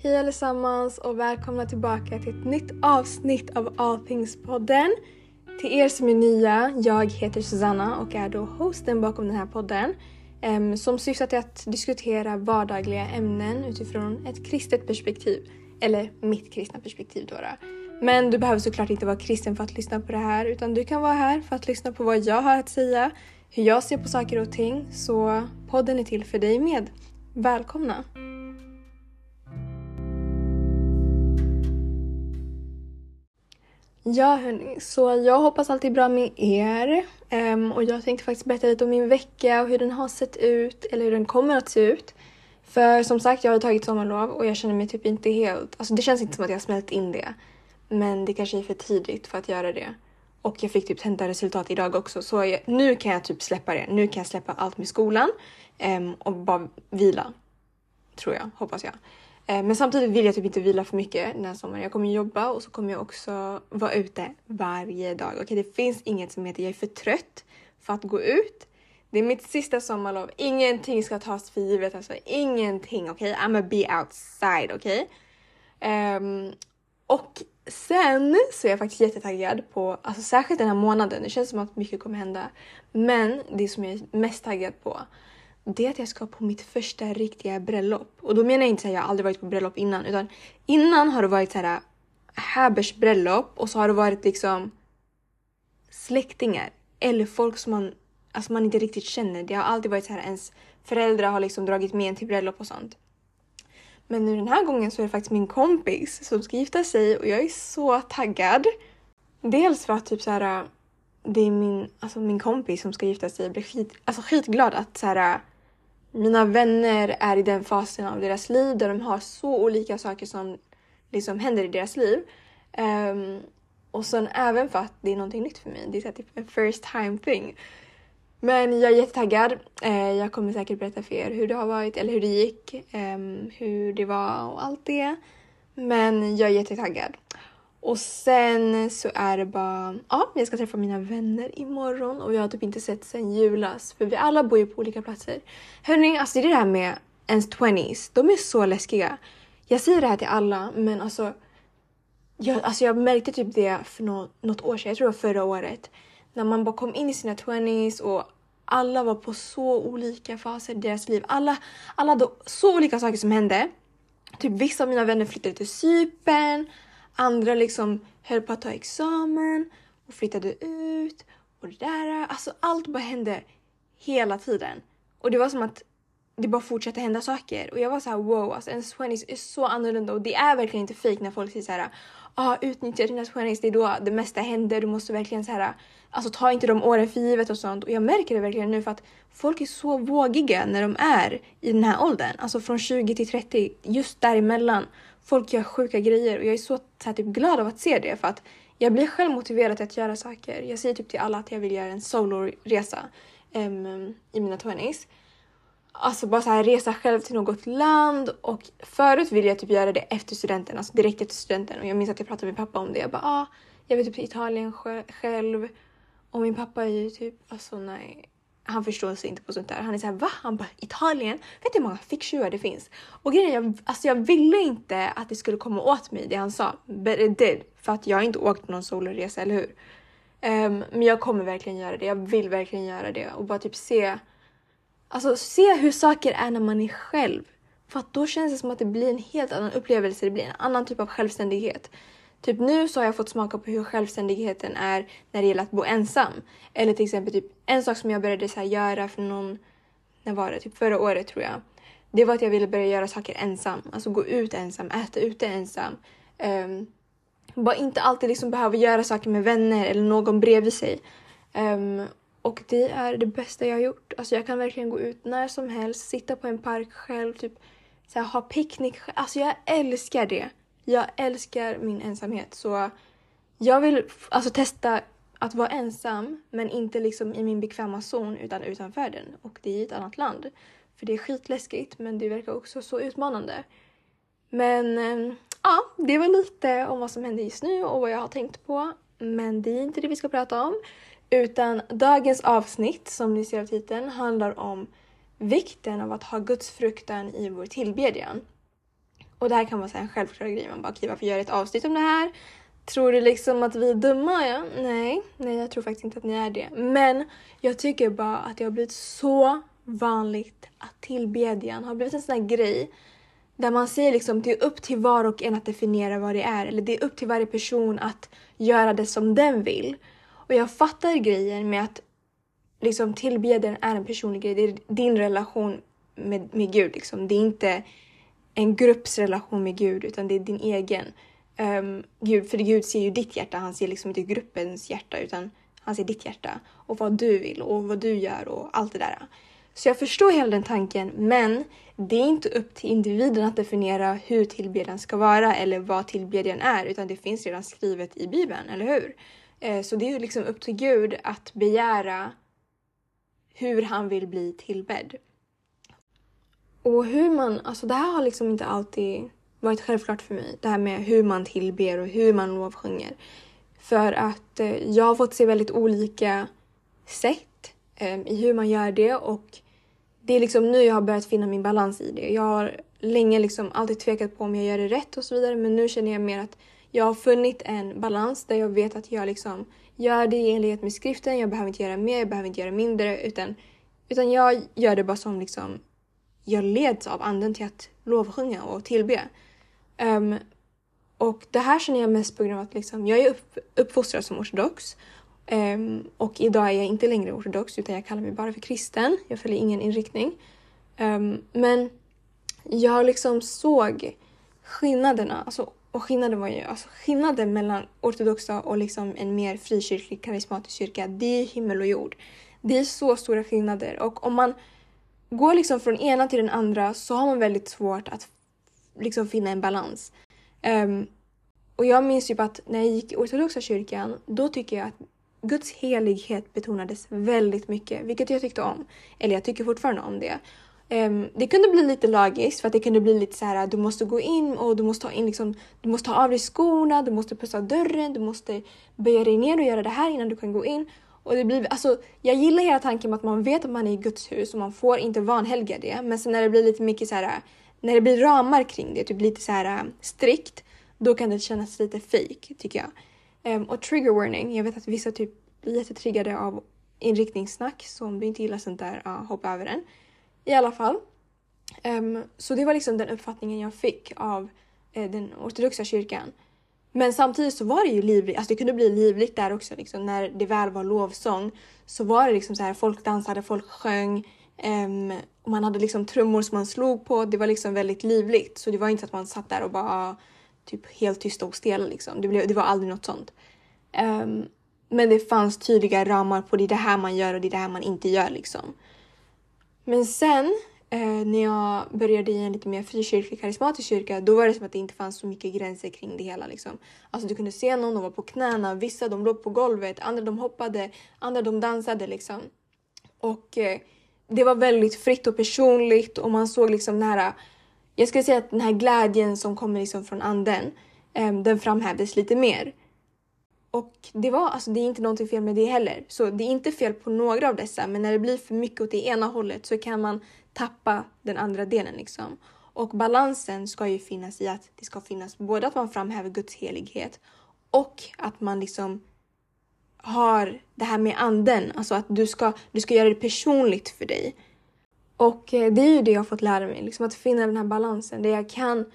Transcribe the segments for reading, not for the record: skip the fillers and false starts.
Hej allesammans och välkomna tillbaka till ett nytt avsnitt av All Things-podden. Till er som är nya, jag heter Susanna och är då hosten bakom den här podden. Som syftar till att diskutera vardagliga ämnen utifrån ett kristet perspektiv. Eller mitt kristna perspektiv då. Men du behöver såklart inte vara kristen för att lyssna på det här. Utan du kan vara här för att lyssna på vad jag har att säga. Hur jag ser på saker och ting. Så podden är till för dig med. Välkomna! Ja hörni, så jag hoppas allt är bra med er. Och jag tänkte faktiskt berätta lite om min vecka och hur den har sett ut. Eller hur den kommer att se ut. För som sagt, jag har tagit sommarlov och jag känner mig typ inte helt... Alltså det känns inte som att jag har smält in det. Men det kanske är för tidigt för att göra det. Och jag fick typ hämta resultat idag också. Så nu kan jag typ släppa det. Nu kan jag släppa allt med skolan. Och bara vila. Tror jag, hoppas jag. Men samtidigt vill jag typ inte vila för mycket den här sommaren. Jag kommer jobba och så kommer jag också vara ute varje dag. Okej, det finns inget som heter jag är för trött för att gå ut. Det är mitt sista sommarlov. Ingenting ska tas för givet. Alltså ingenting, okej? I'm a be outside, okej? Och sen så är jag faktiskt jättetaggad på, alltså särskilt den här månaden. Det känns som att mycket kommer hända. Men det som jag är mest taggad på, det är att jag ska på mitt första riktiga bröllop. Och då menar jag inte att jag aldrig varit på bröllop innan. Utan innan har det varit så här Habers bröllop. Och så har det varit liksom släktingar. Eller folk som man inte riktigt känner. Det har alltid varit så här, ens föräldrar har liksom dragit med en till bröllop och sånt. Men nu den här gången så är det faktiskt min kompis som ska gifta sig. Och jag är så taggad. Dels för att typ så här, det är min kompis som ska gifta sig. Jag blir skitglad att så här, mina vänner är i den fasen av deras liv där de har så olika saker som liksom händer i deras liv. Och sen även för att det är någonting nytt för mig. Det är så här, typ en first time thing. Men jag är jättetaggad. Jag kommer säkert berätta för er hur det har varit eller hur det gick. Hur det var och allt det. Men jag är jättetaggad. Och sen så är det bara... Ja, jag ska träffa mina vänner imorgon. Och jag har typ inte sett sen julas. För vi alla bor ju på olika platser. Hörrni, alltså det är det här med ens 20s. De är så läskiga. Jag säger det här till alla. Men alltså... Jag märkte typ det för något år sedan. Jag tror det var förra året. När man bara kom in i sina 20s. Och alla var på så olika faser i deras liv. Alla hade så olika saker som hände. Typ vissa av mina vänner flyttade till Cypern. Andra liksom höll på att ta examen och flyttade ut. Och det där, alltså allt bara hände hela tiden. Och det var som att det bara fortsatte hända saker. Och jag var så här, wow, alltså ens 20s är så annorlunda. Och det är verkligen inte fake när folk säger så här, utnyttja dina 20s, det är då det mesta händer. Du måste verkligen så här, alltså ta inte de åren för givet och sånt. Och jag märker det verkligen nu för att folk är så vågiga när de är i den här åldern. Alltså från 20 till 30, just däremellan. Folk gör sjuka grejer och jag är så här, typ glad av att se det. För att jag blir själv motiverad till att göra saker. Jag säger typ till alla att jag vill göra en soloresa i mina 20s. Alltså bara så här resa själv till något land. Och förut ville jag typ göra det efter studenten. Alltså direkt efter studenten. Och jag minns att jag pratade med pappa om det. Jag bara, jag vill typ till Italien själv. Och min pappa är ju typ, alltså nej. Han förstår sig inte på sånt där. Han är så här, va? Han bara, Italien? Vet du hur många ficktjuvar det finns? Och grejen, jag ville inte att det skulle komma åt mig, det han sa. But it did. För att jag har inte åkt på någon soloresa, eller hur? Men jag kommer verkligen göra det. Jag vill verkligen göra det. Och bara typ se hur saker är när man är själv. För att då känns det som att det blir en helt annan upplevelse. Det blir en annan typ av självständighet. Typ nu så har jag fått smaka på hur självständigheten är när det gäller att bo ensam. Eller till exempel typ en sak som jag började så här göra för när var det? Typ förra året tror jag. Det var att jag ville börja göra saker ensam. Alltså gå ut ensam, äta ute ensam. Bara inte alltid liksom behöva göra saker med vänner eller någon bredvid sig. Och det är det bästa jag har gjort. Alltså jag kan verkligen gå ut när som helst. Sitta på en park själv. Typ så här, ha picknick. Alltså jag älskar det. Jag älskar min ensamhet. Så jag vill alltså testa att vara ensam. Men inte liksom i min bekväma zon utan utanför den. Och det är i ett annat land. För det är skitläskigt men det verkar också så utmanande. Men ja, det var lite om vad som händer just nu och vad jag har tänkt på. Men det är inte det vi ska prata om. Utan dagens avsnitt, som ni ser av titeln, handlar om vikten av att ha Guds fruktan i vår tillbedjan. Och det här kan vara så här en självklar grej. Man bara, okej, varför gör jag ett avsnitt om det här? Tror du liksom att vi är dumma? Ja? Nej, jag tror faktiskt inte att ni är det. Men jag tycker bara att det har blivit så vanligt att tillbedjan har blivit en sån här grej. Där man säger liksom, det är upp till var och en att definiera vad det är. Eller det är upp till varje person att göra det som den vill. Och jag fattar grejen med att liksom, tillbedjan är en personlig grej. Det är din relation med Gud. Liksom. Det är inte en gruppsrelation med Gud, utan det är din egen. Gud, för Gud ser ju ditt hjärta. Han ser liksom inte gruppens hjärta, utan han ser ditt hjärta. Och vad du vill och vad du gör och allt det där. Så jag förstår hela den tanken, men det är inte upp till individen att definiera hur tillbedjan ska vara eller vad tillbedjan är, utan det finns redan skrivet i Bibeln, eller hur? Så det är ju liksom upp till Gud att begära hur han vill bli tillbedd. Och hur man, alltså det här har liksom inte alltid varit självklart för mig. Det här med hur man tillber och hur man lovsjunger. För att jag har fått se väldigt olika sätt i hur man gör det. Och det är liksom nu jag har börjat finna min balans i det. Jag har länge liksom alltid tvekat på om jag gör det rätt och så vidare. Men nu känner jag mer att jag har funnit en balans där jag vet att jag liksom gör det i enlighet med skriften. Jag behöver inte göra mer, jag behöver inte göra mindre. Utan jag gör det bara som liksom jag leds av anden till att lovsjunga och tillbe. Och det här känner jag mest på grund av att liksom, jag är uppfostrad som ortodox. Och idag är jag inte längre ortodox, utan jag kallar mig bara för kristen. Jag följer ingen inriktning. Men jag liksom såg skillnaderna. Alltså, och skillnaden var ju, alltså skillnaden mellan ortodoxa och liksom en mer frikyrklig karismatisk kyrka. Det är himmel och jord. Det är så stora skillnader. Och om man går liksom från ena till den andra så har man väldigt svårt att liksom finna en balans. Och jag minns ju att när jag gick i ortodoxa kyrkan, då tycker jag att Guds helighet betonades väldigt mycket, vilket jag tyckte om. Eller jag tycker fortfarande om det. Det kunde bli lite lagiskt, för att det kunde bli lite så här: du måste gå in och du måste ta in liksom, du måste ta av dig skorna, du måste pussa dörren, du måste böja dig ner och göra det här innan du kan gå in. Och det blir, alltså, jag gillar hela tanken med att man vet att man är i Guds hus och man får inte vanhelga det. Men sen när det blir lite mycket så här, när det blir ramar kring det, typ lite så här strikt, då kan det kännas lite fake, tycker jag. Och trigger warning, jag vet att vissa typ blir jättetriggade av inriktningssnack, så om du inte gillar sånt där, hoppa över den. I alla fall. Så det var liksom den uppfattningen jag fick av den ortodoxa kyrkan. Men samtidigt så var det ju livligt, alltså det kunde bli livligt där också liksom, när det väl var lovsång så var det liksom så här, folk dansade, folk sjöng, och man hade liksom trummor som man slog på, det var liksom väldigt livligt, så det var inte så att man satt där och bara typ helt tysta och stela liksom, det var aldrig något sånt. Men det fanns tydliga ramar på det här man gör och det här man inte gör liksom. Men sen när jag började i en lite mer frikyrklig karismatisk kyrka, då var det som att det inte fanns så mycket gränser kring det hela liksom. Alltså du kunde se någon, de var på knäna, vissa de låg på golvet, andra de hoppade, andra de dansade liksom. Och det var väldigt fritt och personligt, och man såg liksom den här, jag skulle säga att den här glädjen som kommer liksom från anden, den framhävdes lite mer. Och det var, alltså det är inte någonting fel med det heller. Så det är inte fel på några av dessa. Men när det blir för mycket åt det ena hållet så kan man tappa den andra delen liksom. Och balansen ska ju finnas i att det ska finnas både att man framhäver Guds helighet och att man liksom har det här med anden. Alltså att du ska göra det personligt för dig. Och det är ju det jag har fått lära mig. Liksom att finna den här balansen där jag kan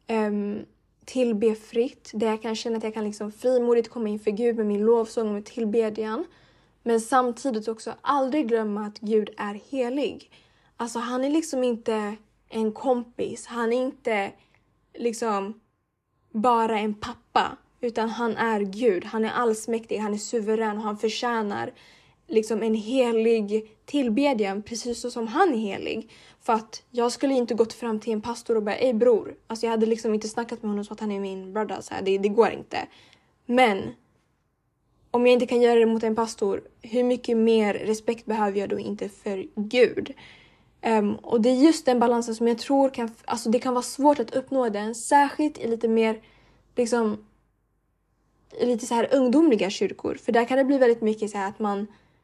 tillbe fritt. Där jag kan känna att jag kan liksom frimodigt komma inför Gud med min lovsång och med tillbedjan. Men samtidigt också aldrig glömma att Gud är helig. Alltså han är liksom inte en kompis. Han är inte liksom bara en pappa. Utan han är Gud. Han är allsmäktig. Han är suverän. Och han förtjänar liksom en helig tillbedjan. Precis så som han är helig. För att jag skulle inte gått fram till en pastor och bara, ej bror. Alltså jag hade liksom inte snackat med honom så att han är min brother. Så här. Det går inte. Men om jag inte kan göra det mot en pastor, hur mycket mer respekt behöver jag då inte för Gud? Och det är just den balansen som jag tror alltså det kan vara svårt att uppnå den. Särskilt i lite mer liksom lite så här ungdomliga kyrkor. För där kan det bli väldigt mycket så här att man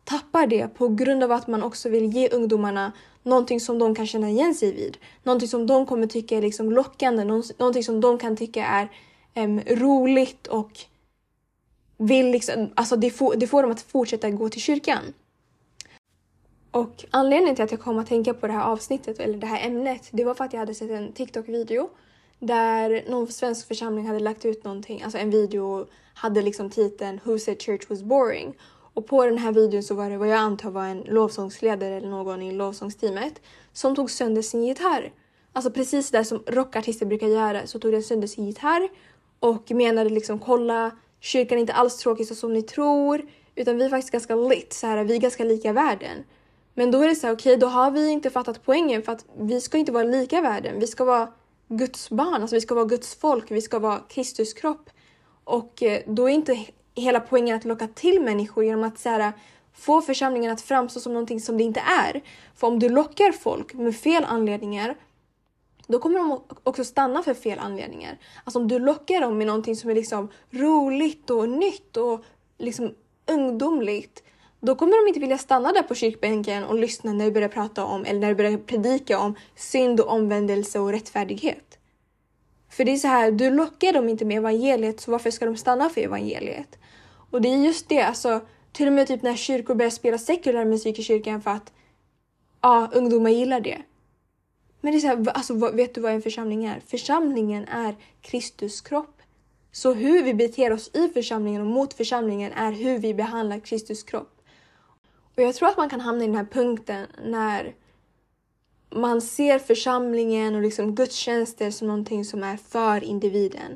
tappar det på grund av att man också vill ge ungdomarna någonting som de kan känna igen sig vid. Någonting som de kommer tycka är liksom lockande. Någonting som de kan tycka är roligt och vill liksom, alltså det får dem att fortsätta gå till kyrkan. Och anledningen till att jag kom att tänka på det här avsnittet eller det här ämnet, det var för att jag hade sett en TikTok-video där någon svensk församling hade lagt ut någonting, alltså en video hade liksom titeln Who said church was boring? Och på den här videon så var det vad jag antar var en lovsångsledare eller någon i lovsångsteamet som tog sönder sin gitarr. Alltså precis där som rockartister brukar göra så tog den sönder sin gitarr och menade liksom kolla, kyrkan är inte alls tråkig så som ni tror utan vi är faktiskt ganska lit, så här, vi är ganska lika världen. Men då är det så här, okej, då har vi inte fattat poängen för att vi ska inte vara lika världen. Vi ska vara Guds barn, alltså vi ska vara Guds folk, vi ska vara Kristus kropp. Och då är inte hela poängen att locka till människor genom att så här, få församlingen att framstå som någonting som det inte är. För om du lockar folk med fel anledningar, då kommer de också stanna för fel anledningar. Alltså om du lockar dem med någonting som är liksom roligt och nytt och liksom ungdomligt, då kommer de inte vilja stanna där på kyrkbänken och lyssna när du börjar prata om eller när du börjar predika om synd och omvändelse och rättfärdighet. För det är så här, du lockar dem inte med evangeliet, så varför ska de stanna för evangeliet? Och det är just det, alltså till och med typ när kyrkor börjar spela sekulär musik i kyrkan för att ungdomar gillar det. Men det är så här, alltså vet du vad en församling är? Församlingen är Kristus kropp. Så hur vi beter oss i församlingen och mot församlingen är hur vi behandlar Kristus kropp. Och jag tror att man kan hamna i den här punkten när man ser församlingen och liksom gudstjänster som någonting som är för individen.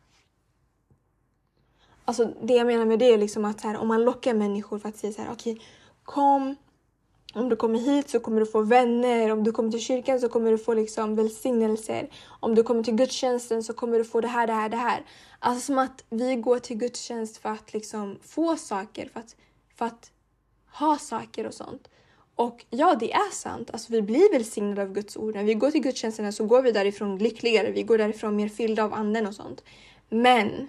Alltså det jag menar med det är liksom att så här, om man lockar människor för att säga så här, okej, kom. Om du kommer hit så kommer du få vänner. Om du kommer till kyrkan så kommer du få liksom välsignelser. Om du kommer till gudstjänsten så kommer du få det här. Alltså som att vi går till gudstjänst för att liksom få saker. För att ha saker och sånt. Och ja, det är sant. Alltså vi blir välsignade av Guds ord. När vi går till gudstjänsterna så går vi därifrån lyckligare. Vi går därifrån mer fyllda av anden och sånt. Men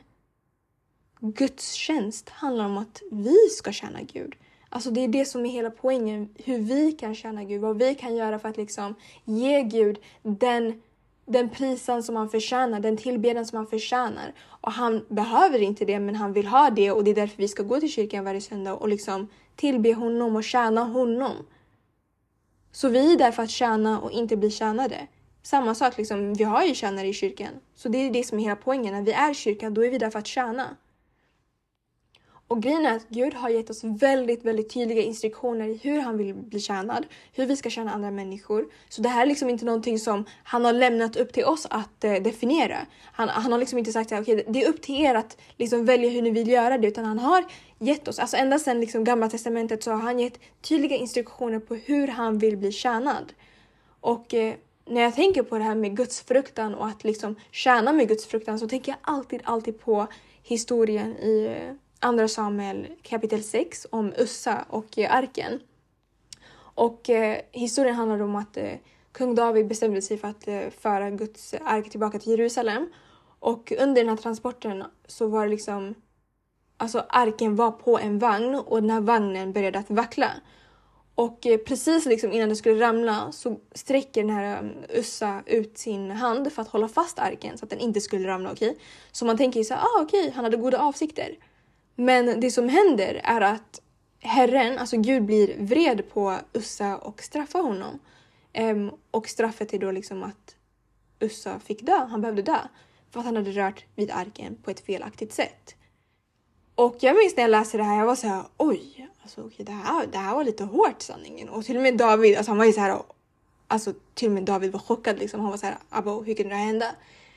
Guds tjänst handlar om att vi ska tjäna Gud. Alltså det är det som är hela poängen. Hur vi kan tjäna Gud. Vad vi kan göra för att liksom ge Gud den prisen som han förtjänar. Den tillbedjan som han förtjänar. Och han behöver inte det, men han vill ha det. Och det är därför vi ska gå till kyrkan varje söndag och liksom tillbe honom och tjäna honom. Så vi är där för att tjäna och inte bli tjänade. Samma sak, liksom, vi har ju tjänare i kyrkan. Så det är det som är hela poängen. När vi är i kyrkan, då är vi där för att tjäna. Och grejen är att Gud har gett oss väldigt, väldigt tydliga instruktioner i hur han vill bli tjänad. Hur vi ska tjäna andra människor. Så det här är liksom inte någonting som han har lämnat upp till oss att definiera. Han har liksom inte sagt att okay, det är upp till er att liksom välja hur ni vill göra det. Utan han har gett oss, alltså ända sedan liksom Gamla testamentet så har han gett tydliga instruktioner på hur han vill bli tjänad. Och när jag tänker på det här med Guds fruktan och att liksom tjäna med Guds fruktan så tänker jag alltid på historien i Andra Samuel kapitel 6 om Ussa och arken. Och historien handlar om att kung David bestämde sig för att föra Guds ark tillbaka till Jerusalem. Och under den här transporten så var det liksom, alltså arken var på en vagn och den här vagnen började att vackla. Och precis liksom innan det skulle ramla så sträcker den här Ussa ut sin hand för att hålla fast arken så att den inte skulle ramla, okej? Så man tänker ju så här, okej, han hade goda avsikter. Men det som händer är att Herren, alltså Gud, blir vred på Ussa och straffar honom. Och straffet är då liksom att Ussa fick dö, han behövde dö. För att han hade rört vid arken på ett felaktigt sätt. Och jag minns när jag läste det här, jag var så här, oj, alltså, okej, det här var lite hårt sanningen. Och till och med David, alltså han var ju så här, alltså till och med David var chockad liksom. Han var så här, abba, hur kunde det hända?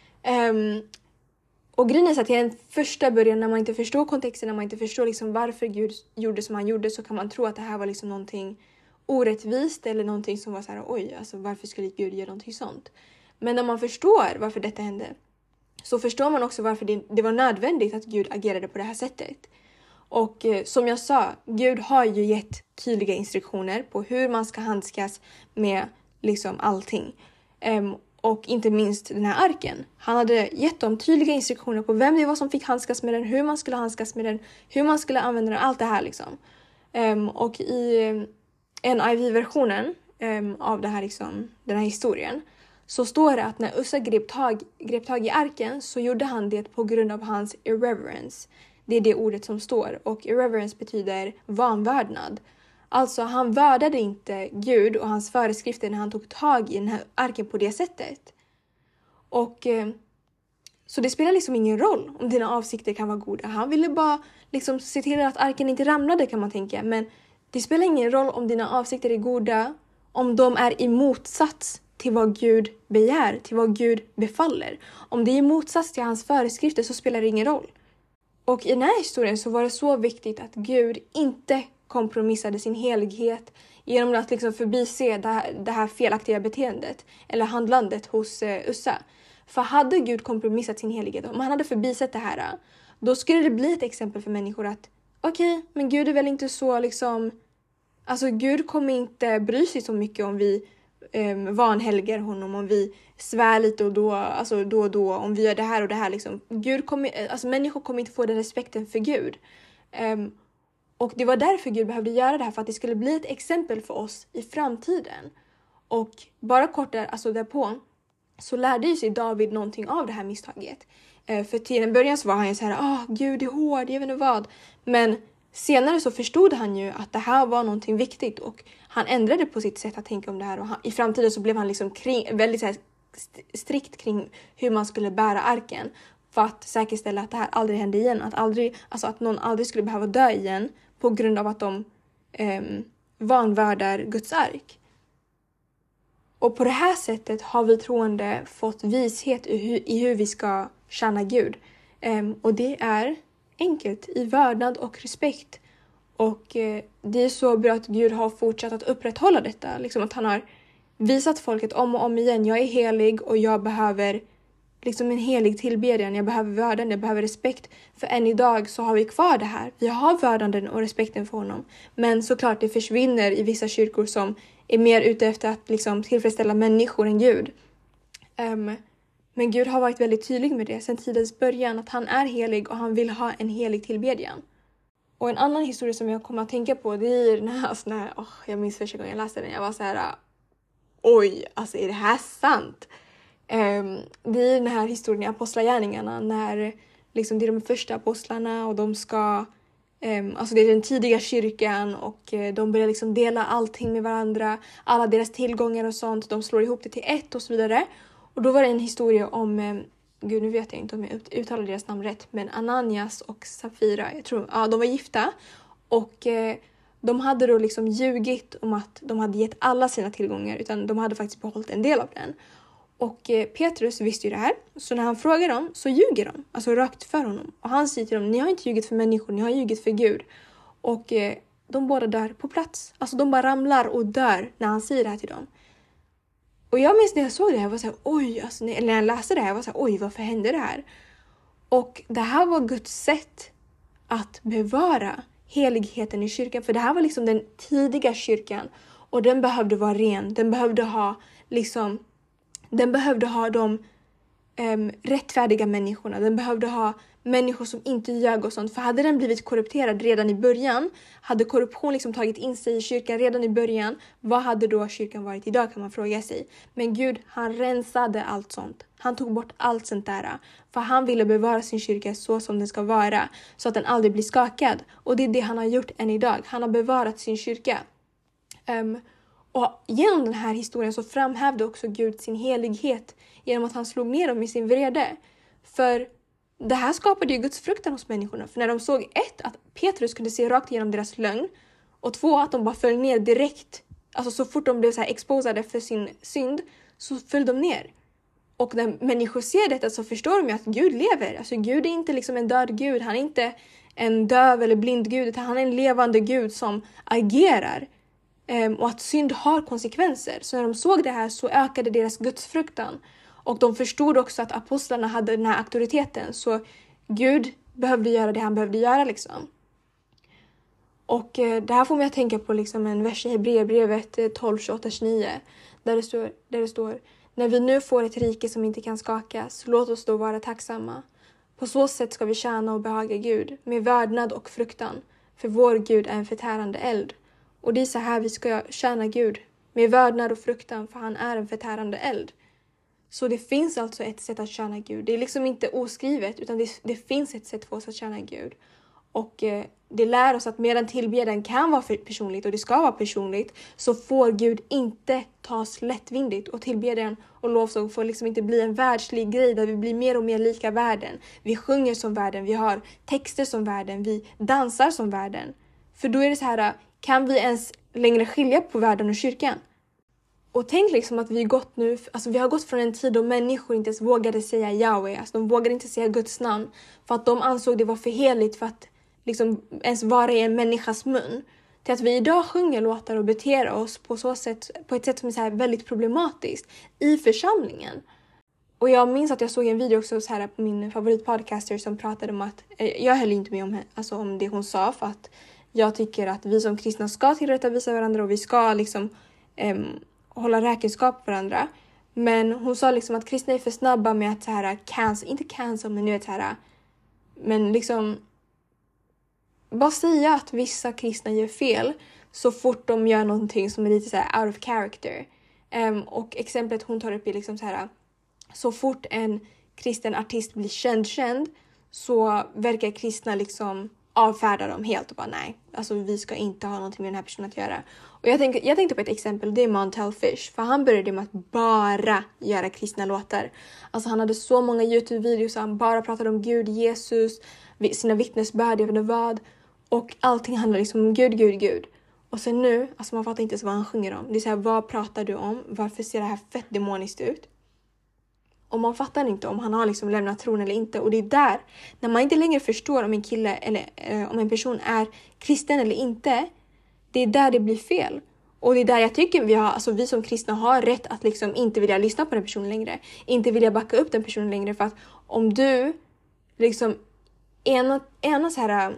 Och grejen är så att i en första början när man inte förstår kontexten, när man inte förstår liksom varför Gud gjorde som han gjorde, så kan man tro att det här var liksom någonting orättvist eller någonting som var så här, oj, alltså varför skulle Gud göra någonting sånt? Men när man förstår varför detta hände, så förstår man också varför det var nödvändigt att Gud agerade på det här sättet. Och som jag sa, Gud har ju gett tydliga instruktioner på hur man ska handskas med liksom allting. Och inte minst den här arken. Han hade gett dem tydliga instruktioner på vem det var som fick handskas med den, hur man skulle handskas med den, hur man skulle använda den, allt det här liksom. Och i NIV-versionen av det här, liksom, den här historien så står det att när Ussa grep tag i arken så gjorde han det på grund av hans irreverence. Det är det ordet som står, och irreverence betyder vanvördnad. Alltså han värdade inte Gud och hans föreskrifter när han tog tag i den här arken på det sättet. Och så det spelar liksom ingen roll om dina avsikter kan vara goda. Han ville bara liksom se till att arken inte ramlade, kan man tänka. Men det spelar ingen roll om dina avsikter är goda, om de är i motsats till vad Gud begär, till vad Gud befaller. Om det är i motsats till hans föreskrifter så spelar det ingen roll. Och i den här historien så var det så viktigt att Gud inte kompromissade sin helighet genom att liksom förbise det här felaktiga beteendet eller handlandet hos Ussa. För hade Gud kompromissat sin helighet, om han hade förbisett det här, då skulle det bli ett exempel för människor att okej, men Gud är väl inte så liksom, alltså Gud kommer inte bry sig så mycket om vi vanhelgar honom, om vi svär lite och då, alltså då och då, om vi gör det här och det här liksom. Människor kommer inte få den respekten för Gud. Och det var därför Gud behövde göra det här, för att det skulle bli ett exempel för oss i framtiden. Och bara kort därpå så lärde sig David någonting av det här misstaget. För till en början så var han ju så här, Gud är hård, jag vet inte vad. Men senare så förstod han ju att det här var någonting viktigt, och han ändrade på sitt sätt att tänka om det här. Och i framtiden så blev han liksom väldigt så här strikt kring hur man skulle bära arken, för att säkerställa att det här aldrig hände igen. Att någon aldrig skulle behöva dö igen på grund av att de vanvärdar Guds ark. Och på det här sättet har vi troende fått vishet i hur vi ska tjäna Gud. Och det är enkelt, i vördnad och respekt. Och det är så bra att Gud har fortsatt att upprätthålla detta. Liksom att han har visat folket om och om igen, jag är helig och jag behöver liksom en helig tillbedjan. Jag behöver vördnad, jag behöver respekt. För än idag så har vi kvar det här. Vi har vördnaden och respekten för honom. Men såklart det försvinner i vissa kyrkor som är mer ute efter att liksom tillfredsställa människor än Gud. Men Gud har varit väldigt tydlig med det sedan tidens början, att han är helig och han vill ha en helig tillbedjan. Och en annan historia som jag kommer att tänka på, det är den här, jag minns första gången jag läste den, jag var så här, oj, alltså är det här sant? Det är den här historien i Apostlagärningarna när liksom det är de första apostlarna och de ska, alltså det är den tidiga kyrkan, och de börjar liksom dela allting med varandra, alla deras tillgångar och sånt, de slår ihop det till ett och så vidare. Och då var det en historia om, gud nu vet jag inte om jag uttalar deras namn rätt, men Ananias och Safira, jag tror, de var gifta, och de hade då liksom ljugit om att de hade gett alla sina tillgångar, utan de hade faktiskt behållit en del av den. Och Petrus visste ju det här, så när han frågar dem så ljuger de, alltså rakt för honom. Och han säger till dem, ni har inte ljugit för människor, ni har ljugit för Gud. Och de båda dör på plats, alltså de bara ramlar och dör när han säger det här till dem. Och jag minns när jag såg det här, jag var så här, oj, alltså, eller när jag läste det här, jag var så här, oj, varför hände det här? Och det här var Guds sätt att bevara heligheten i kyrkan, för det här var liksom den tidiga kyrkan, och den behövde vara ren, den behövde ha de rättfärdiga människorna, den behövde ha människor som inte ljög och sånt. För hade den blivit korrupterad redan i början, hade korruption liksom tagit in sig i kyrkan redan i början, vad hade då kyrkan varit idag, kan man fråga sig. Men Gud, han rensade allt sånt. Han tog bort allt sånt där. För han ville bevara sin kyrka så som den ska vara, så att den aldrig blir skakad. Och det är det han har gjort än idag. Han har bevarat sin kyrka. Och genom den här historien så framhävde också Gud sin helighet genom att han slog ner dem i sin vrede. För det här skapade ju Guds fruktan hos människorna. För när de såg att Petrus kunde se rakt igenom deras lögn, och två, att de bara föll ner direkt. Alltså så fort de blev så här exposade för sin synd så föll de ner. Och när människor ser detta så förstår de ju att Gud lever. Alltså Gud är inte liksom en död Gud. Han är inte en döv eller blind Gud, utan han är en levande Gud som agerar. Och att synd har konsekvenser. Så när de såg det här så ökade deras gudsfruktan. Och de förstod också att apostlarna hade den här auktoriteten. Så Gud behövde göra det han behövde göra liksom. Och det här får mig att tänka på liksom en vers i Hebreerbrevet 12:28-29. Där det står: när vi nu får ett rike som inte kan skakas, låt oss då vara tacksamma. På så sätt ska vi tjäna och behaga Gud med värdnad och fruktan. För vår Gud är en förtärande eld. Och det är så här vi ska tjäna Gud. Med vördnad och fruktan, för han är en förtärande eld. Så det finns alltså ett sätt att tjäna Gud. Det är liksom inte oskrivet, utan det finns ett sätt för oss att tjäna Gud. Och det lär oss att medan tillbedjan kan vara personligt och det ska vara personligt, så får Gud inte tas lättvindigt. Och tillbedjan och lovsång får liksom inte bli en världslig grej där vi blir mer och mer lika världen. Vi sjunger som världen, vi har texter som världen, vi dansar som världen. För då är det så här, kan vi ens längre skilja på världen och kyrkan? Och tänk liksom att vi har gått från en tid då människor inte ens vågade säga Yahweh. Alltså de vågade inte säga Guds namn. För att de ansåg det var för heligt för att liksom ens vara i en människas mun. Till att vi idag sjunger låtar och beter oss på ett sätt som är så här väldigt problematiskt i församlingen. Och jag minns att jag såg en video också så här på min favoritpodcaster som pratade om att, jag höll inte med om det hon sa, för att jag tycker att vi som kristna ska tillrättavisa varandra och vi ska liksom hålla räkenskap för varandra. Men hon sa liksom att kristna är för snabba med att så här inte cancel, men nu är det så här, men liksom bara säga att vissa kristna gör fel så fort de gör någonting som är lite så här out of character. Och exemplet hon tar upp är liksom så här, så fort en kristen artist blir känd så verkar kristna liksom avfärda dem helt och bara nej, alltså vi ska inte ha någonting med den här personen att göra. Och jag tänkte på ett exempel, det är Montel Fish, för han började med att bara göra kristna låtar. Alltså han hade så många YouTube-videos, han bara pratade om Gud, Jesus, sina vittnesbörd, jag vet inte vad, och allting handlar liksom om Gud. Och sen nu, alltså man fattar inte ens vad han sjunger om. Det är så här, vad pratar du om? Varför ser det här fett demoniskt ut? Och man fattar inte om han har liksom lämnat tron eller inte. Och det är där, när man inte längre förstår om en kille eller om en person är kristen eller inte, det är där det blir fel. Och det är där jag tycker vi som kristna har rätt att liksom inte vilja lyssna på den personen längre. Inte vilja backa upp den personen längre. För att om du liksom ena så här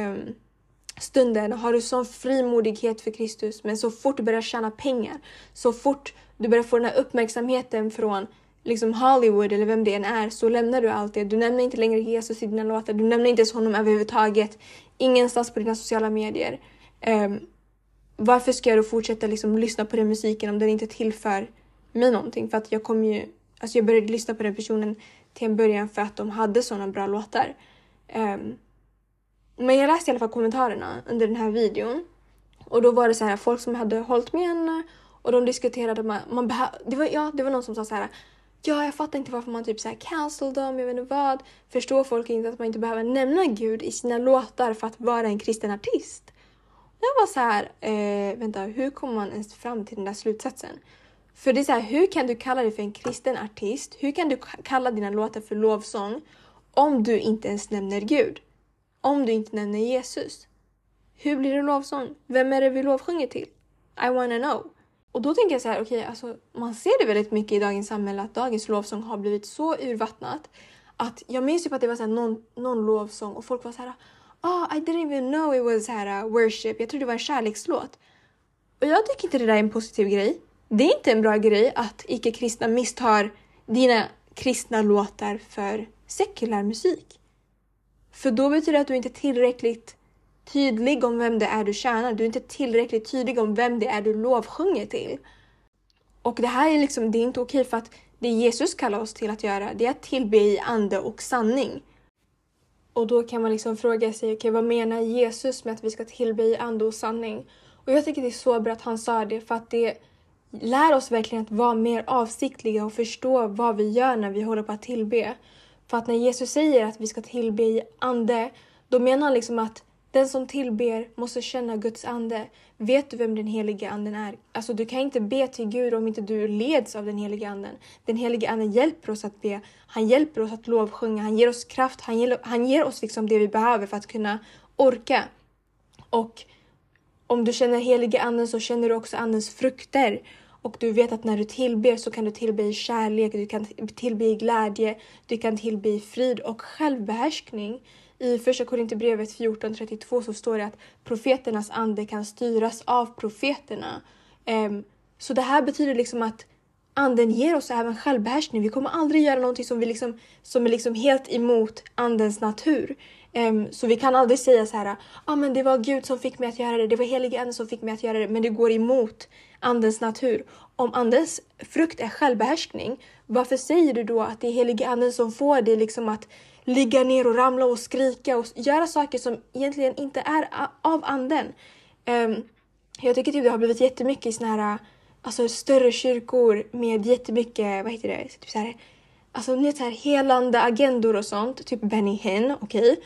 stunden har du sån frimodighet för Kristus, men så fort du börjar tjäna pengar, så fort du börjar få den här uppmärksamheten från liksom Hollywood eller vem det än är, så lämnar du allt det. Du nämner inte längre Jesus i dina låtar. Du nämner inte ens honom överhuvudtaget. Ingenstans på dina sociala medier. Varför ska jag då fortsätta liksom lyssna på den musiken om den inte tillför mig någonting? För att jag började lyssna på den personen till en början för att de hade sådana bra låtar. Men jag läste i alla fall kommentarerna under den här videon. Och då var det så här, folk som hade hållit med henne. Och de diskuterade, det var någon som sa så här, ja, jag fattar inte varför man typ så här cancel dem, jag vet inte vad. Förstår folk inte att man inte behöver nämna Gud i sina låtar för att vara en kristen artist? Jag var så här, vänta, hur kommer man ens fram till den där slutsatsen? För det är så här, hur kan du kalla dig för en kristen artist? Hur kan du kalla dina låtar för lovsång om du inte ens nämner Gud? Om du inte nämner Jesus? Hur blir det lovsång? Vem är det vi lovsjunger till? I wanna know. Och då tänker jag så här, okej, alltså man ser det väldigt mycket i dagens samhälle att dagens lovsång har blivit så urvattnat att jag minns ju på att det var så här någon lovsång och folk var så här, I didn't even know it was här worship. Jag trodde det var en kärlekslåt. Och jag tycker inte det där är en positiv grej. Det är inte en bra grej att icke-kristna misstar dina kristna låtar för sekulär musik. För då betyder det att du inte är tillräckligt tydlig om vem det är du tjänar. Du är inte tillräckligt tydlig om vem det är du lovsjunger till. Och det här är liksom, det är inte okej, för att det Jesus kallar oss till att göra, det är att tillbe i ande och sanning. Och då kan man liksom fråga sig, okej, vad menar Jesus med att vi ska tillbe i ande och sanning? Och jag tycker det är så bra att han sa det, för att det lär oss verkligen att vara mer avsiktliga och förstå vad vi gör när vi håller på att tillbe. För att när Jesus säger att vi ska tillbe i ande, då menar han liksom att den som tillber måste känna Guds ande. Vet du vem den heliga anden är? Alltså du kan inte be till Gud om inte du leds av den heliga anden. Den heliga anden hjälper oss att be. Han hjälper oss att lovsjunga. Han ger oss kraft. Han ger oss liksom det vi behöver för att kunna orka. Och om du känner heliga anden så känner du också andens frukter. Och du vet att när du tillber så kan du tillbe i kärlek. Du kan tillbe i glädje. Du kan tillbe i frid och självbehärskning. I första Korinthierbrevet 14:32 så står det att profeternas ande kan styras av profeterna. Så det här betyder liksom att anden ger oss även självbehärskning. Vi kommer aldrig göra någonting som är liksom helt emot andens natur. Så vi kan aldrig säga så här, men det var Gud som fick mig att göra det, det var helige anden som fick mig att göra det, men det går emot andens natur. Om andens frukt är självbehärskning, varför säger du då att det är helige anden som får dig liksom att ligga ner och ramla och skrika och göra saker som egentligen inte är av anden? Jag tycker typ det har blivit jättemycket i såna här alltså större kyrkor med jättemycket, vad heter det, typ så här, alltså ni vet så här helande agendor och sånt, typ Benny Hinn, okej.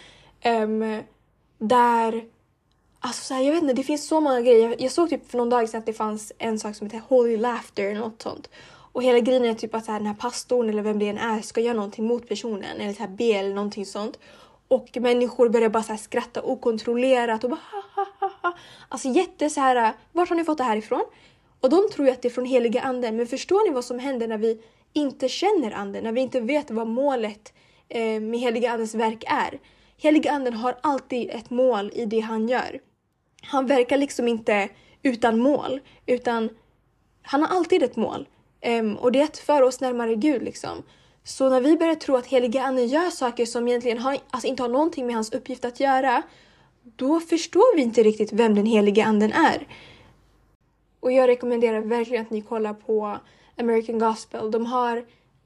Där alltså så här, jag vet inte, det finns så många grejer. Jag såg typ för någon dag sedan att det fanns en sak som heter Holy Laughter eller något sånt. Och hela grejen är typ att så här, den här pastorn eller vem det än är ska göra någonting mot personen eller så här be eller någonting sånt. Och människor börjar bara så här skratta okontrollerat och bara ha, ha, ha, ha. Alltså jätte så här, vart har ni fått det här ifrån? Och de tror ju att det är från heliga anden. Men förstår ni vad som händer när vi inte känner anden? När vi inte vet vad målet med heliga andens verk är. Heliga anden har alltid ett mål i det han gör. Han verkar liksom inte utan mål. Utan han har alltid ett mål. Och det är att föra oss närmare Gud liksom. Så när vi börjar tro att heliga anden gör saker som egentligen inte har någonting med hans uppgift att göra. Då förstår vi inte riktigt vem den heliga anden är. Och jag rekommenderar verkligen att ni kollar på American Gospel. De har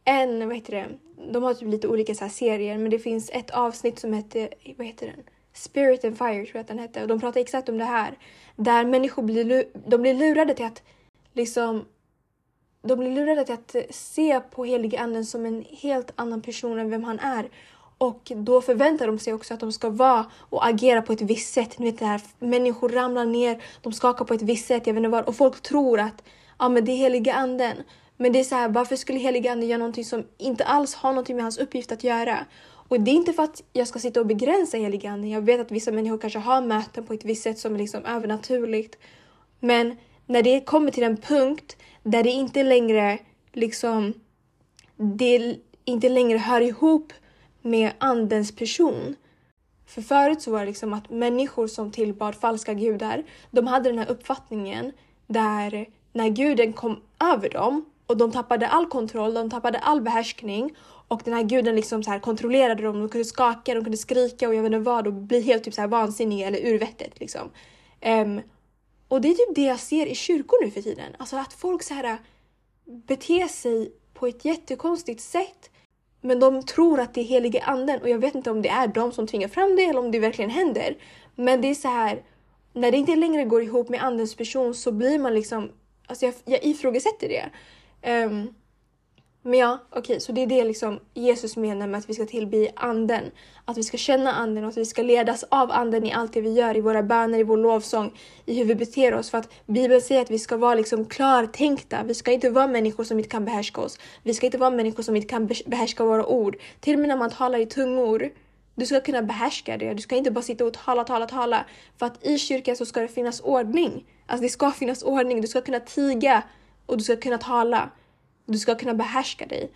de har typ lite olika så här serier. Men det finns ett avsnitt som heter, vad heter den? Spirit and Fire tror jag att den heter. Och de pratar exakt om det här. Där människor blir lurade till att liksom, de blir lurade till att se på heliga anden som en helt annan person än vem han är. Och då förväntar de sig också att de ska vara och agera på ett visst sätt. Ni vet det här, människor ramlar ner, de skakar på ett visst sätt, jag vet inte vad. Och folk tror att men det är heliga anden. Men det är så här, varför skulle heliga anden göra någonting som inte alls har någonting med hans uppgift att göra? Och det är inte för att jag ska sitta och begränsa heliga anden. Jag vet att vissa människor kanske har möten på ett visst sätt som är liksom övernaturligt. Men när det kommer till en punkt där det inte längre liksom, det inte längre hör ihop med andens person. För förut så var det liksom att människor som tillbad falska gudar, de hade den här uppfattningen där när guden kom över dem och de tappade all kontroll, de tappade all behärskning och den här guden liksom så här kontrollerade dem, de kunde skaka, de kunde skrika och jag vet inte vad och bli helt typ så här vansinniga eller urvettet liksom. Och det är typ det jag ser i kyrkor nu för tiden. Alltså att folk så här beter sig på ett jättekonstigt sätt. Men de tror att det är heliga anden. Och jag vet inte om det är de som tvingar fram det eller om det verkligen händer. Men det är så här, när det inte längre går ihop med andens person så blir man liksom, alltså jag ifrågasätter det. Men ja, okej, så det är det liksom Jesus menar med att vi ska tillbe anden. Att vi ska känna anden och att vi ska ledas av anden i allt det vi gör, i våra böner, i vår lovsång, i hur vi beter oss. För att Bibeln säger att vi ska vara liksom klartänkta. Vi ska inte vara människor som inte kan behärska oss. Vi ska inte vara människor som inte kan behärska våra ord. Till och med när man talar i tungor, du ska kunna behärska det. Du ska inte bara sitta och tala. För att i kyrkan så ska det finnas ordning. Alltså det ska finnas ordning. Du ska kunna tiga och du ska kunna tala. Du ska kunna behärska dig.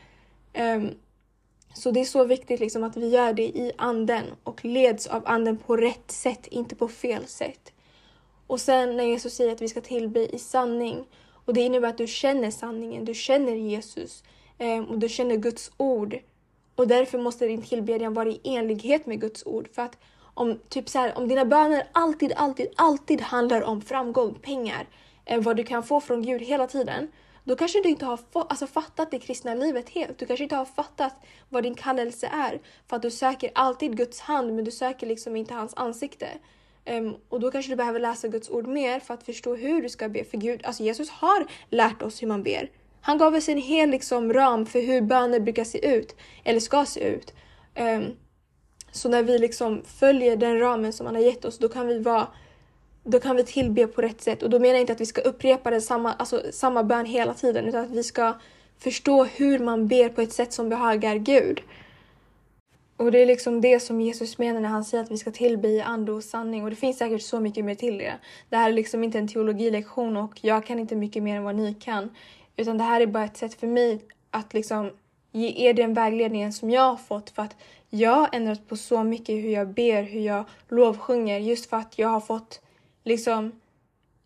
Så det är så viktigt liksom att vi gör det i anden. Och leds av anden på rätt sätt. Inte på fel sätt. Och sen när Jesus säger att vi ska tillbe i sanning. Och det innebär att du känner sanningen. Du känner Jesus. Och du känner Guds ord. Och därför måste din tillbedjan vara i enlighet med Guds ord. För att om dina böner alltid handlar om framgång, pengar. Vad du kan få från Gud hela tiden. Då kanske du inte har fattat det kristna livet helt. Du kanske inte har fattat vad din kallelse är. För att du söker alltid Guds hand men du söker liksom inte hans ansikte. Och då kanske du behöver läsa Guds ord mer för att förstå hur du ska be. För Gud, alltså Jesus har lärt oss hur man ber. Han gav oss en hel liksom ram för hur böner brukar se ut. Eller ska se ut. Så när vi liksom följer den ramen som han har gett oss, då kan vi tillbe på rätt sätt. Och då menar jag inte att vi ska upprepa samma bön hela tiden. Utan att vi ska förstå hur man ber på ett sätt som behagar Gud. Och det är liksom det som Jesus menar när han säger att vi ska tillbe i ande och sanning. Och det finns säkert så mycket mer till det. Det här är liksom inte en teologilektion och jag kan inte mycket mer än vad ni kan. Utan det här är bara ett sätt för mig att liksom ge er den vägledningen som jag har fått. För att jag har ändrat på så mycket hur jag ber, hur jag lovsjunger. Just för att jag har fått liksom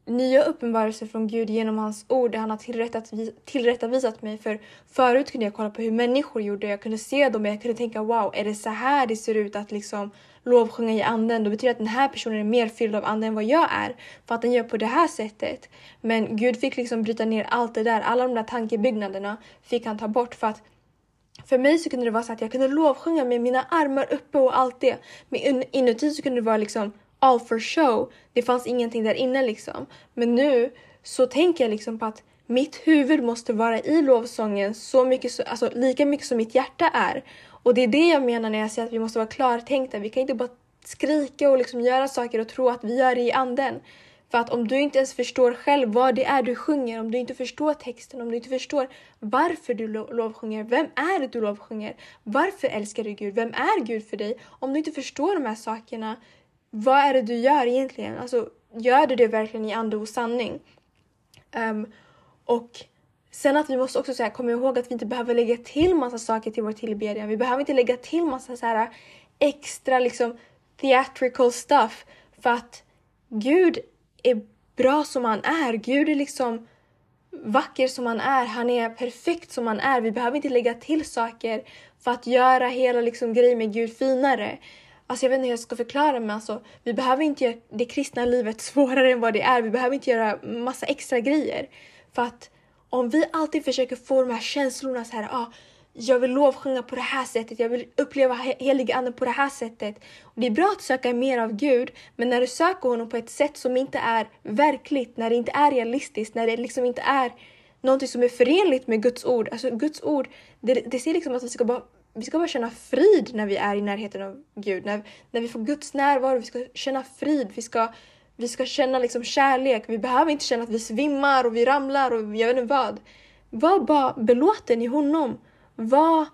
nya uppenbarelser från Gud genom hans ord. Där han har tillrättavisat mig. För förut kunde jag kolla på hur människor gjorde. Jag kunde se dem och jag kunde tänka, wow, är det så här det ser ut att liksom lovsjunga i anden? Då betyder det att den här personen är mer fylld av anden än vad jag är. För att den gör på det här sättet. Men Gud fick liksom bryta ner allt det där. Alla de där tankebyggnaderna fick han ta bort. För mig så kunde det vara så att jag kunde lovsjunga med mina armar uppe och allt det. Men inuti så kunde det vara liksom all for show. Det fanns ingenting där inne liksom. Men nu så tänker jag liksom på att mitt huvud måste vara i lovsången så mycket, alltså lika mycket som mitt hjärta är. Och det är det jag menar när jag säger att vi måste vara klartänkta. Vi kan inte bara skrika och liksom göra saker och tro att vi gör det i anden. För att om du inte ens förstår själv vad det är du sjunger, om du inte förstår texten, om du inte förstår varför du lovsjunger, vem är det du lovsjunger, varför älskar du Gud, vem är Gud för dig? Om du inte förstår de här sakerna, vad är det du gör egentligen? Alltså, gör du det verkligen i ande och sanning? Och sen att vi måste också komma ihåg att vi inte behöver lägga till massa saker till vår tillbedjan. Vi behöver inte lägga till massa så här extra liksom theatrical stuff. För att Gud är bra som han är. Gud är liksom vacker som han är. Han är perfekt som han är. Vi behöver inte lägga till saker för att göra hela liksom grejen med Gud finare. Alltså jag vet inte hur jag ska förklara, men alltså, vi behöver inte göra det kristna livet svårare än vad det är. Vi behöver inte göra massa extra grejer. För att om vi alltid försöker få de här känslorna så här, jag vill lovsjunga på det här sättet. Jag vill uppleva heliga anden på det här sättet. Och det är bra att söka mer av Gud. Men när du söker honom på ett sätt som inte är verkligt. När det inte är realistiskt. När det liksom inte är någonting som är förenligt med Guds ord. Alltså Guds ord, det ser liksom att vi ska bara känna frid när vi är i närheten av Gud. När vi får Guds närvaro, vi ska känna frid. Vi ska känna liksom kärlek. Vi behöver inte känna att vi svimmar och vi ramlar och jag vet inte vad. Var bara belåten i honom. Var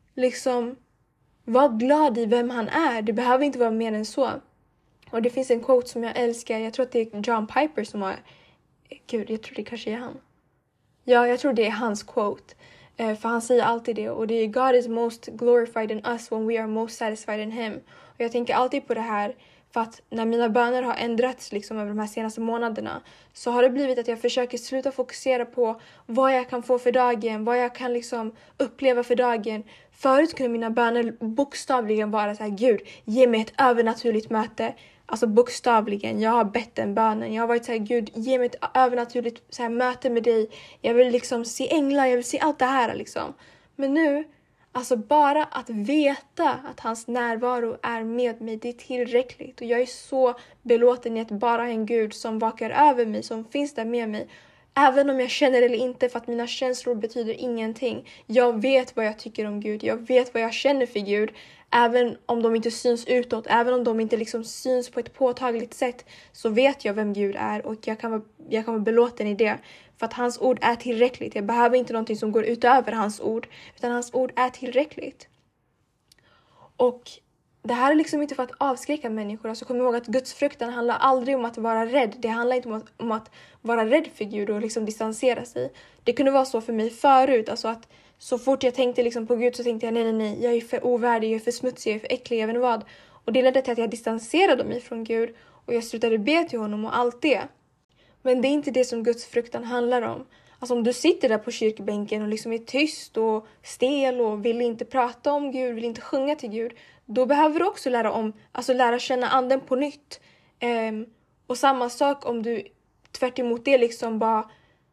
glad i vem han är. Det behöver inte vara mer än så. Och det finns en quote som jag älskar. Jag tror att det är John Piper som har... Gud, jag tror det kanske är han. Ja, jag tror det är hans quote. För han säger alltid det. Och det är God is most glorified in us when we are most satisfied in him. Och jag tänker alltid på det här. För att när mina böner har ändrats liksom över de här senaste månaderna. Så har det blivit att jag försöker sluta fokusera på vad jag kan få för dagen. Vad jag kan liksom uppleva för dagen. Förut kunde mina böner bokstavligen vara så här: Gud, ge mig ett övernaturligt möte. Alltså bokstavligen, jag har bett den bönen. Jag har varit så här: Gud, ge mig ett övernaturligt så här möte med dig. Jag vill liksom se änglar, jag vill se allt det här liksom. Men nu, alltså bara att veta att hans närvaro är med mig, det är tillräckligt. Och jag är så belåten i att bara ha en Gud som vakar över mig, som finns där med mig. Även om jag känner eller inte, för att mina känslor betyder ingenting. Jag vet vad jag tycker om Gud, jag vet vad jag känner för Gud. Även om de inte syns utåt, även om de inte liksom syns på ett påtagligt sätt, så vet jag vem Gud är och jag kan vara belåten i det. För att hans ord är tillräckligt. Jag behöver inte någonting som går utöver hans ord, utan hans ord är tillräckligt. Och det här är liksom inte för att avskräcka människor. Alltså kom ihåg att Guds fruktan handlar aldrig om att vara rädd. Det handlar inte om att vara rädd för Gud och liksom distansera sig. Det kunde vara så för mig förut. Alltså att så fort jag tänkte liksom på Gud så tänkte jag nej. Jag är för ovärdig, jag är för smutsig, jag är för äcklig, jag vet inte vad. Och det ledde till att jag distanserade mig från Gud. Och jag slutade be till honom och allt det. Men det är inte det som Guds fruktan handlar om. Alltså om du sitter där på kyrkbänken och liksom är tyst och stel och vill inte prata om Gud, vill inte sjunga till Gud. Då behöver du också lära känna anden på nytt. Och samma sak om du tvärt emot det liksom bara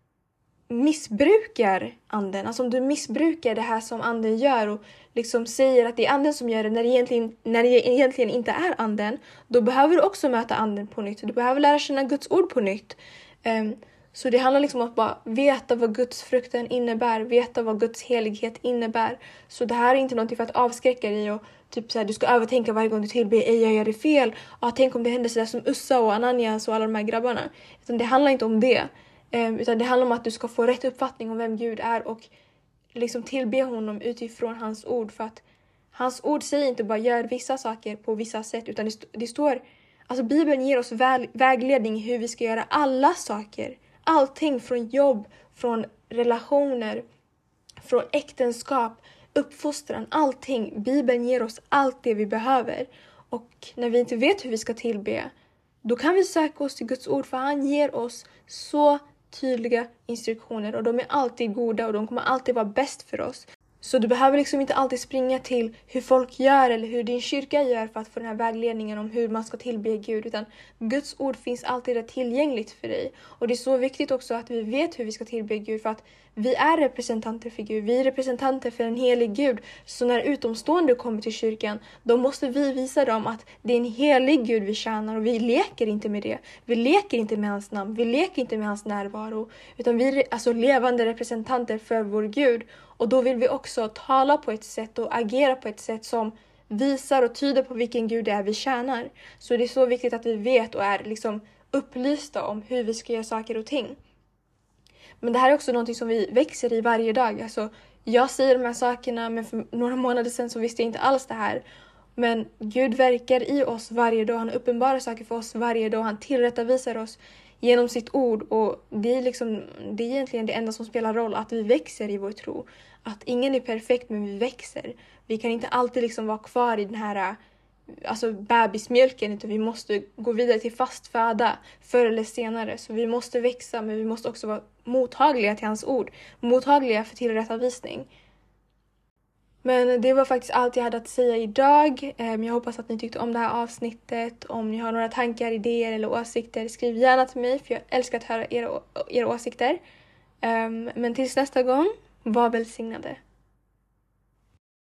missbrukar anden. Alltså om du missbrukar det här som anden gör och liksom säger att det är anden som gör det när det egentligen inte är anden. Då behöver du också möta anden på nytt. Du behöver lära känna Guds ord på nytt. Så det handlar liksom om att bara veta vad Guds fruktan innebär. Veta vad Guds helighet innebär. Så det här är inte någonting för att avskräcka dig och typ så här, du ska övertänka varje gång du tillber. Jag gör det fel. Tänk om det händer sådär som Ussa och Ananias och alla de här grabbarna. Utan det handlar inte om det. Utan det handlar om att du ska få rätt uppfattning om vem Gud är. Och liksom tillbe honom utifrån hans ord. För att hans ord säger inte bara gör vissa saker på vissa sätt. Utan det står... Alltså Bibeln ger oss vägledning i hur vi ska göra alla saker. Allting från jobb, från relationer, från äktenskap, uppfostran, allting. Bibeln ger oss allt det vi behöver. Och när vi inte vet hur vi ska tillbe, då kan vi söka oss till Guds ord, för han ger oss så tydliga instruktioner och de är alltid goda och de kommer alltid vara bäst för oss. Så du behöver liksom inte alltid springa till hur folk gör eller hur din kyrka gör för att få den här vägledningen om hur man ska tillbe Gud. Utan Guds ord finns alltid där tillgängligt för dig. Och det är så viktigt också att vi vet hur vi ska tillbe Gud, för att vi är representanter för Gud. Vi är representanter för en helig Gud. Så när utomstående kommer till kyrkan, då måste vi visa dem att det är en helig Gud vi tjänar och vi leker inte med det. Vi leker inte med hans namn. Vi leker inte med hans närvaro. Utan vi är alltså levande representanter för vår Gud. Och då vill vi också tala på ett sätt och agera på ett sätt som visar och tyder på vilken Gud det är vi tjänar. Så det är så viktigt att vi vet och är liksom upplysta om hur vi ska göra saker och ting. Men det här är också någonting som vi växer i varje dag. Alltså, jag säger de här sakerna, men för några månader sedan så visste jag inte alls det här. Men Gud verkar i oss varje dag. Han uppenbarar saker för oss varje dag. Han tillrättavisar oss genom sitt ord. Och det är egentligen det enda som spelar roll. Att vi växer i vår tro. Att ingen är perfekt, men vi växer. Vi kan inte alltid liksom vara kvar i den här bebismjölken, utan vi måste gå vidare till fast föda förr eller senare. Så vi måste växa, men vi måste också vara mottagliga till hans ord. Mottagliga för tillrättavisning. Men det var faktiskt allt jag hade att säga idag. Jag hoppas att ni tyckte om det här avsnittet. Om ni har några tankar, idéer eller åsikter, skriv gärna till mig, för jag älskar att höra era åsikter. Men tills nästa gång, var välsignade.